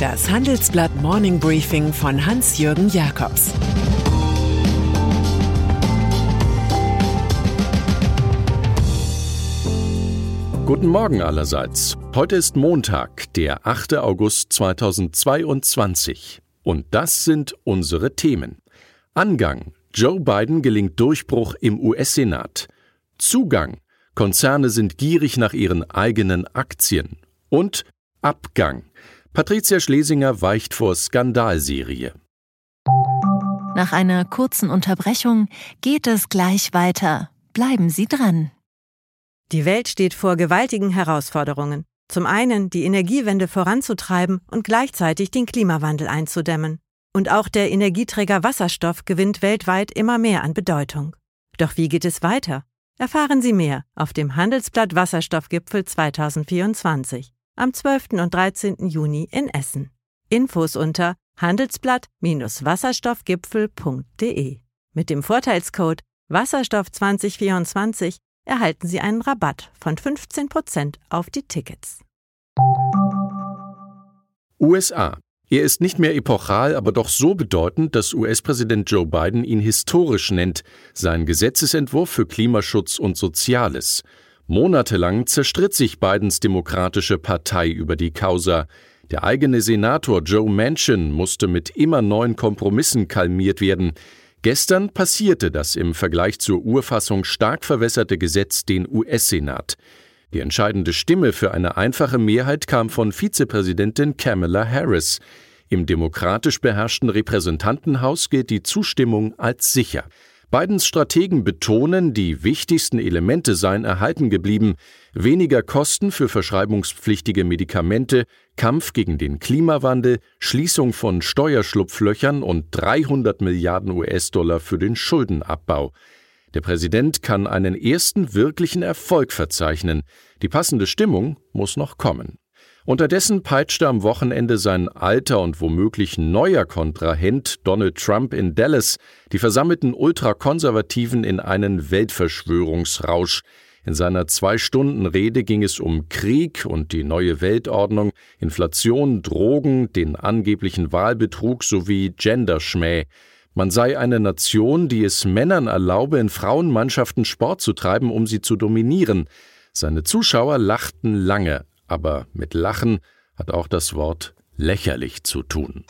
Das Handelsblatt Morning Briefing von Hans-Jürgen Jakobs. Guten Morgen allerseits. Heute ist Montag, der 8. August 2022. Und das sind unsere Themen. Angang: Joe Biden gelingt Durchbruch im US-Senat. Zugang: Konzerne sind gierig nach ihren eigenen Aktien. Und Abgang: Patricia Schlesinger weicht vor Skandalserie. Nach einer kurzen Unterbrechung geht es gleich weiter. Bleiben Sie dran. Die Welt steht vor gewaltigen Herausforderungen. Zum einen die Energiewende voranzutreiben und gleichzeitig den Klimawandel einzudämmen. Und auch der Energieträger Wasserstoff gewinnt weltweit immer mehr an Bedeutung. Doch wie geht es weiter? Erfahren Sie mehr auf dem Handelsblatt Wasserstoffgipfel 2024 am 12. und 13. Juni in Essen. Infos unter handelsblatt-wasserstoffgipfel.de. Mit dem Vorteilscode Wasserstoff2024 erhalten Sie einen Rabatt von 15% auf die Tickets. USA. Er ist nicht mehr epochal, aber doch so bedeutend, dass US-Präsident Joe Biden ihn historisch nennt, sein Gesetzesentwurf für Klimaschutz und Soziales. Monatelang zerstritt sich Bidens Demokratische Partei über die Causa. Der eigene Senator Joe Manchin musste mit immer neuen Kompromissen kalmiert werden. Gestern passierte das im Vergleich zur Urfassung stark verwässerte Gesetz den US-Senat. Die entscheidende Stimme für eine einfache Mehrheit kam von Vizepräsidentin Kamala Harris. Im demokratisch beherrschten Repräsentantenhaus gilt die Zustimmung als sicher. Bidens Strategen betonen, die wichtigsten Elemente seien erhalten geblieben: weniger Kosten für verschreibungspflichtige Medikamente, Kampf gegen den Klimawandel, Schließung von Steuerschlupflöchern und 300 Milliarden US-Dollar für den Schuldenabbau. Der Präsident kann einen ersten wirklichen Erfolg verzeichnen. Die passende Stimmung muss noch kommen. Unterdessen peitschte am Wochenende sein alter und womöglich neuer Kontrahent Donald Trump in Dallas die versammelten Ultrakonservativen in einen Weltverschwörungsrausch. In seiner 2-Stunden-Rede ging es um Krieg und die neue Weltordnung, Inflation, Drogen, den angeblichen Wahlbetrug sowie Genderschmäh. Man sei eine Nation, die es Männern erlaube, in Frauenmannschaften Sport zu treiben, um sie zu dominieren. Seine Zuschauer lachten lange, aber mit Lachen hat auch das Wort lächerlich zu tun.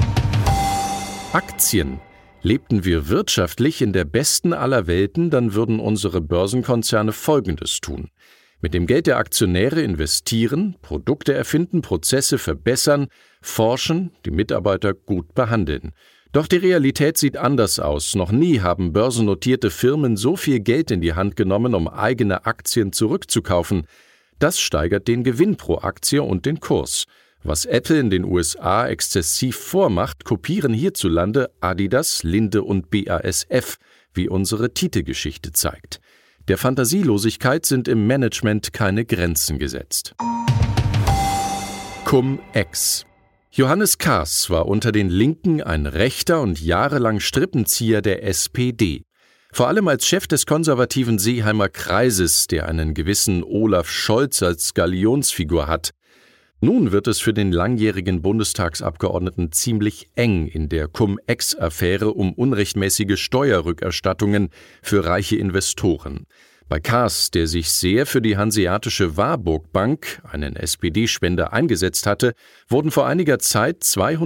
Aktien. Lebten wir wirtschaftlich in der besten aller Welten, dann würden unsere Börsenkonzerne Folgendes tun: mit dem Geld der Aktionäre investieren, Produkte erfinden, Prozesse verbessern, forschen, die Mitarbeiter gut behandeln. Doch die Realität sieht anders aus. Noch nie haben börsennotierte Firmen so viel Geld in die Hand genommen, um eigene Aktien zurückzukaufen. Das steigert den Gewinn pro Aktie und den Kurs. Was Apple in den USA exzessiv vormacht, kopieren hierzulande Adidas, Linde und BASF, wie unsere Titelgeschichte zeigt. Der Fantasielosigkeit sind im Management keine Grenzen gesetzt. Cum-Ex. Johannes Kahrs war unter den Linken ein rechter und jahrelang Strippenzieher der SPD. Vor allem als Chef des konservativen Seeheimer Kreises, der einen gewissen Olaf Scholz als Galionsfigur hat. Nun wird es für den langjährigen Bundestagsabgeordneten ziemlich eng in der Cum-Ex-Affäre um unrechtmäßige Steuerrückerstattungen für reiche Investoren. Bei Kahrs, der sich sehr für die Hanseatische Warburg Bank, einen SPD-Spender, eingesetzt hatte, wurden vor einiger Zeit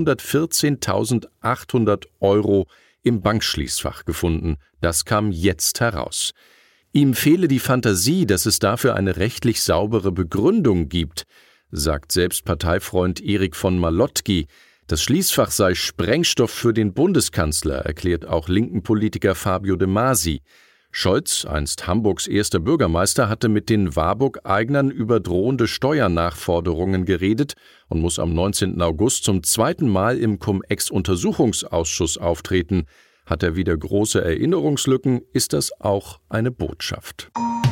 214.800 € im Bankschließfach gefunden. Das kam jetzt heraus. Ihm fehle die Fantasie, dass es dafür eine rechtlich saubere Begründung gibt, sagt selbst Parteifreund Erik von Malotki. Das Schließfach sei Sprengstoff für den Bundeskanzler, erklärt auch linken Politiker Fabio De Masi. Scholz, einst Hamburgs erster Bürgermeister, hatte mit den Warburg-Eignern über drohende Steuernachforderungen geredet und muss am 19. August zum zweiten Mal im Cum-Ex-Untersuchungsausschuss auftreten. Hat er wieder große Erinnerungslücken, ist das auch eine Botschaft.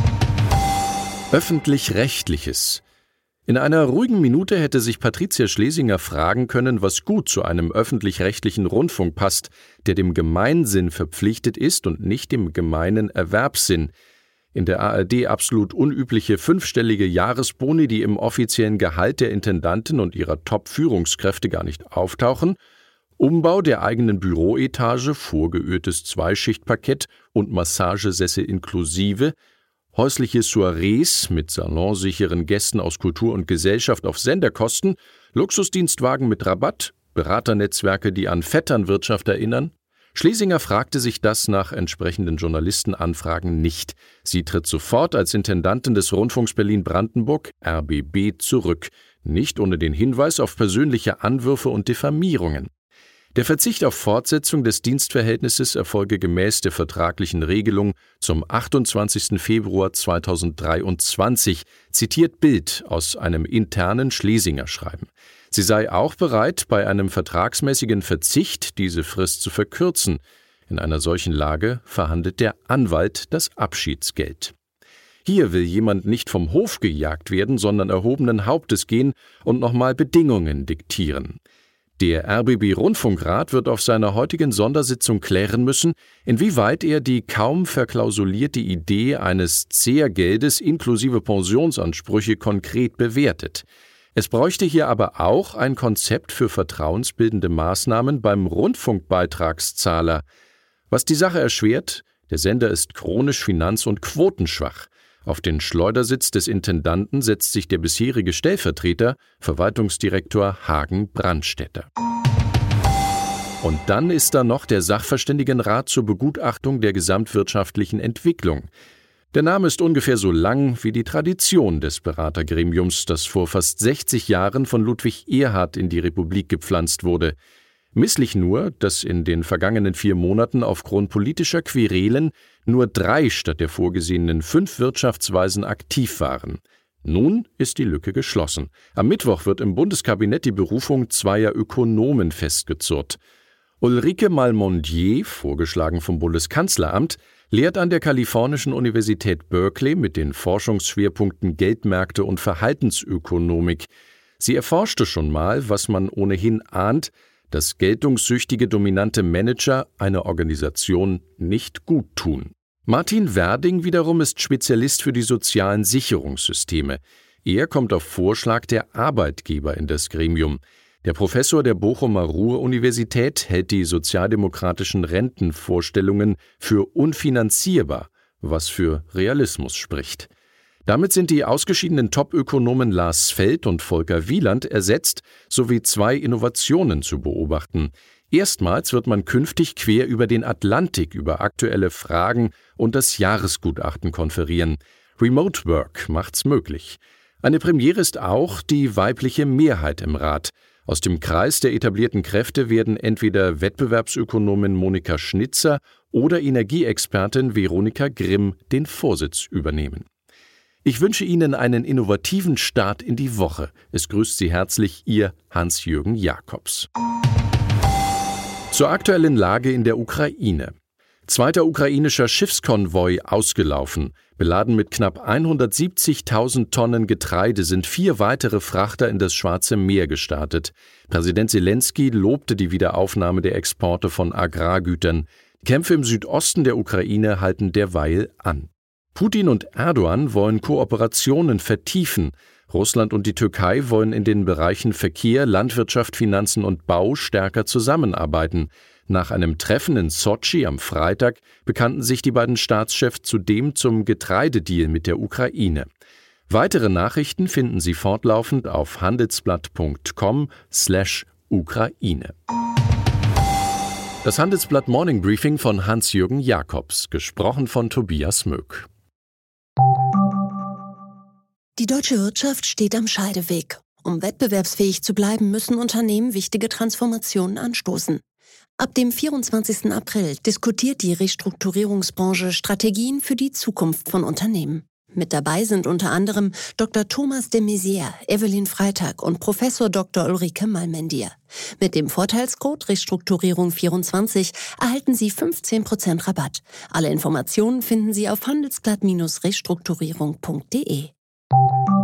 Öffentlich-Rechtliches. In einer ruhigen Minute hätte sich Patricia Schlesinger fragen können, was gut zu einem öffentlich-rechtlichen Rundfunk passt, der dem Gemeinsinn verpflichtet ist und nicht dem gemeinen Erwerbssinn. In der ARD absolut unübliche 5-stellige Jahresboni, die im offiziellen Gehalt der Intendanten und ihrer Top-Führungskräfte gar nicht auftauchen. Umbau der eigenen Büroetage, vorgeöltes 2-Schichtparkett und Massagesessel inklusive. Häusliche Soirees mit salonsicheren Gästen aus Kultur und Gesellschaft auf Senderkosten. Luxusdienstwagen mit Rabatt. Beraternetzwerke, die an Vetternwirtschaft erinnern. Schlesinger fragte sich das nach entsprechenden Journalistenanfragen nicht. Sie tritt sofort als Intendantin des Rundfunks Berlin-Brandenburg, RBB, zurück, nicht ohne den Hinweis auf persönliche Anwürfe und Diffamierungen. Der Verzicht auf Fortsetzung des Dienstverhältnisses erfolge gemäß der vertraglichen Regelung zum 28. Februar 2023, zitiert Bild aus einem internen Schlesinger-Schreiben. Sie sei auch bereit, bei einem vertragsmäßigen Verzicht diese Frist zu verkürzen. In einer solchen Lage verhandelt der Anwalt das Abschiedsgeld. Hier will jemand nicht vom Hof gejagt werden, sondern erhobenen Hauptes gehen und nochmal Bedingungen diktieren. Der RBB-Rundfunkrat wird auf seiner heutigen Sondersitzung klären müssen, inwieweit er die kaum verklausulierte Idee eines Zehrgeldes inklusive Pensionsansprüche konkret bewertet. Es bräuchte hier aber auch ein Konzept für vertrauensbildende Maßnahmen beim Rundfunkbeitragszahler. Was die Sache erschwert, der Sender ist chronisch finanz- und quotenschwach. Auf den Schleudersitz des Intendanten setzt sich der bisherige Stellvertreter, Verwaltungsdirektor Hagen Brandstätter. Und dann ist da noch der Sachverständigenrat zur Begutachtung der gesamtwirtschaftlichen Entwicklung. Der Name ist ungefähr so lang wie die Tradition des Beratergremiums, das vor fast 60 Jahren von Ludwig Erhard in die Republik gepflanzt wurde. Misslich nur, dass in den vergangenen 4 Monaten aufgrund politischer Querelen nur 3 statt der vorgesehenen 5 Wirtschaftsweisen aktiv waren. Nun ist die Lücke geschlossen. Am Mittwoch wird im Bundeskabinett die Berufung 2 Ökonomen festgezurrt. Ulrike Malmondier, vorgeschlagen vom Bundeskanzleramt, lehrt an der Kalifornischen Universität Berkeley mit den Forschungsschwerpunkten Geldmärkte und Verhaltensökonomik. Sie erforschte schon mal, was man ohnehin ahnt, dass geltungssüchtige dominante Manager einer Organisation nicht gut tun. Martin Werding wiederum ist Spezialist für die sozialen Sicherungssysteme. Er kommt auf Vorschlag der Arbeitgeber in das Gremium. Der Professor der Bochumer Ruhr-Universität hält die sozialdemokratischen Rentenvorstellungen für unfinanzierbar, was für Realismus spricht. Damit sind die ausgeschiedenen Top-Ökonomen Lars Feld und Volker Wieland ersetzt, sowie 2 Innovationen zu beobachten. Erstmals wird man künftig quer über den Atlantik über aktuelle Fragen und das Jahresgutachten konferieren. Remote Work macht's möglich. Eine Premiere ist auch die weibliche Mehrheit im Rat. Aus dem Kreis der etablierten Kräfte werden entweder Wettbewerbsökonomin Monika Schnitzer oder Energieexpertin Veronika Grimm den Vorsitz übernehmen. Ich wünsche Ihnen einen innovativen Start in die Woche. Es grüßt Sie herzlich Ihr Hans-Jürgen Jakobs. Zur aktuellen Lage in der Ukraine. 2. ukrainischer Schiffskonvoi ausgelaufen. Beladen mit knapp 170.000 Tonnen Getreide sind 4 weitere Frachter in das Schwarze Meer gestartet. Präsident Selenskyj lobte die Wiederaufnahme der Exporte von Agrargütern. Die Kämpfe im Südosten der Ukraine halten derweil an. Putin und Erdogan wollen Kooperationen vertiefen. Russland und die Türkei wollen in den Bereichen Verkehr, Landwirtschaft, Finanzen und Bau stärker zusammenarbeiten. Nach einem Treffen in Sotschi am Freitag bekannten sich die beiden Staatschefs zudem zum Getreidedeal mit der Ukraine. Weitere Nachrichten finden Sie fortlaufend auf handelsblatt.com/Ukraine. Das Handelsblatt Morning Briefing von Hans-Jürgen Jakobs, gesprochen von Tobias Möck. Die deutsche Wirtschaft steht am Scheideweg. Um wettbewerbsfähig zu bleiben, müssen Unternehmen wichtige Transformationen anstoßen. Ab dem 24. April diskutiert die Restrukturierungsbranche Strategien für die Zukunft von Unternehmen. Mit dabei sind unter anderem Dr. Thomas de Maizière, Evelyn Freitag und Professor Dr. Ulrike Malmendier. Mit dem Vorteilscode Restrukturierung24 erhalten Sie 15% Rabatt. Alle Informationen finden Sie auf handelsblatt-restrukturierung.de.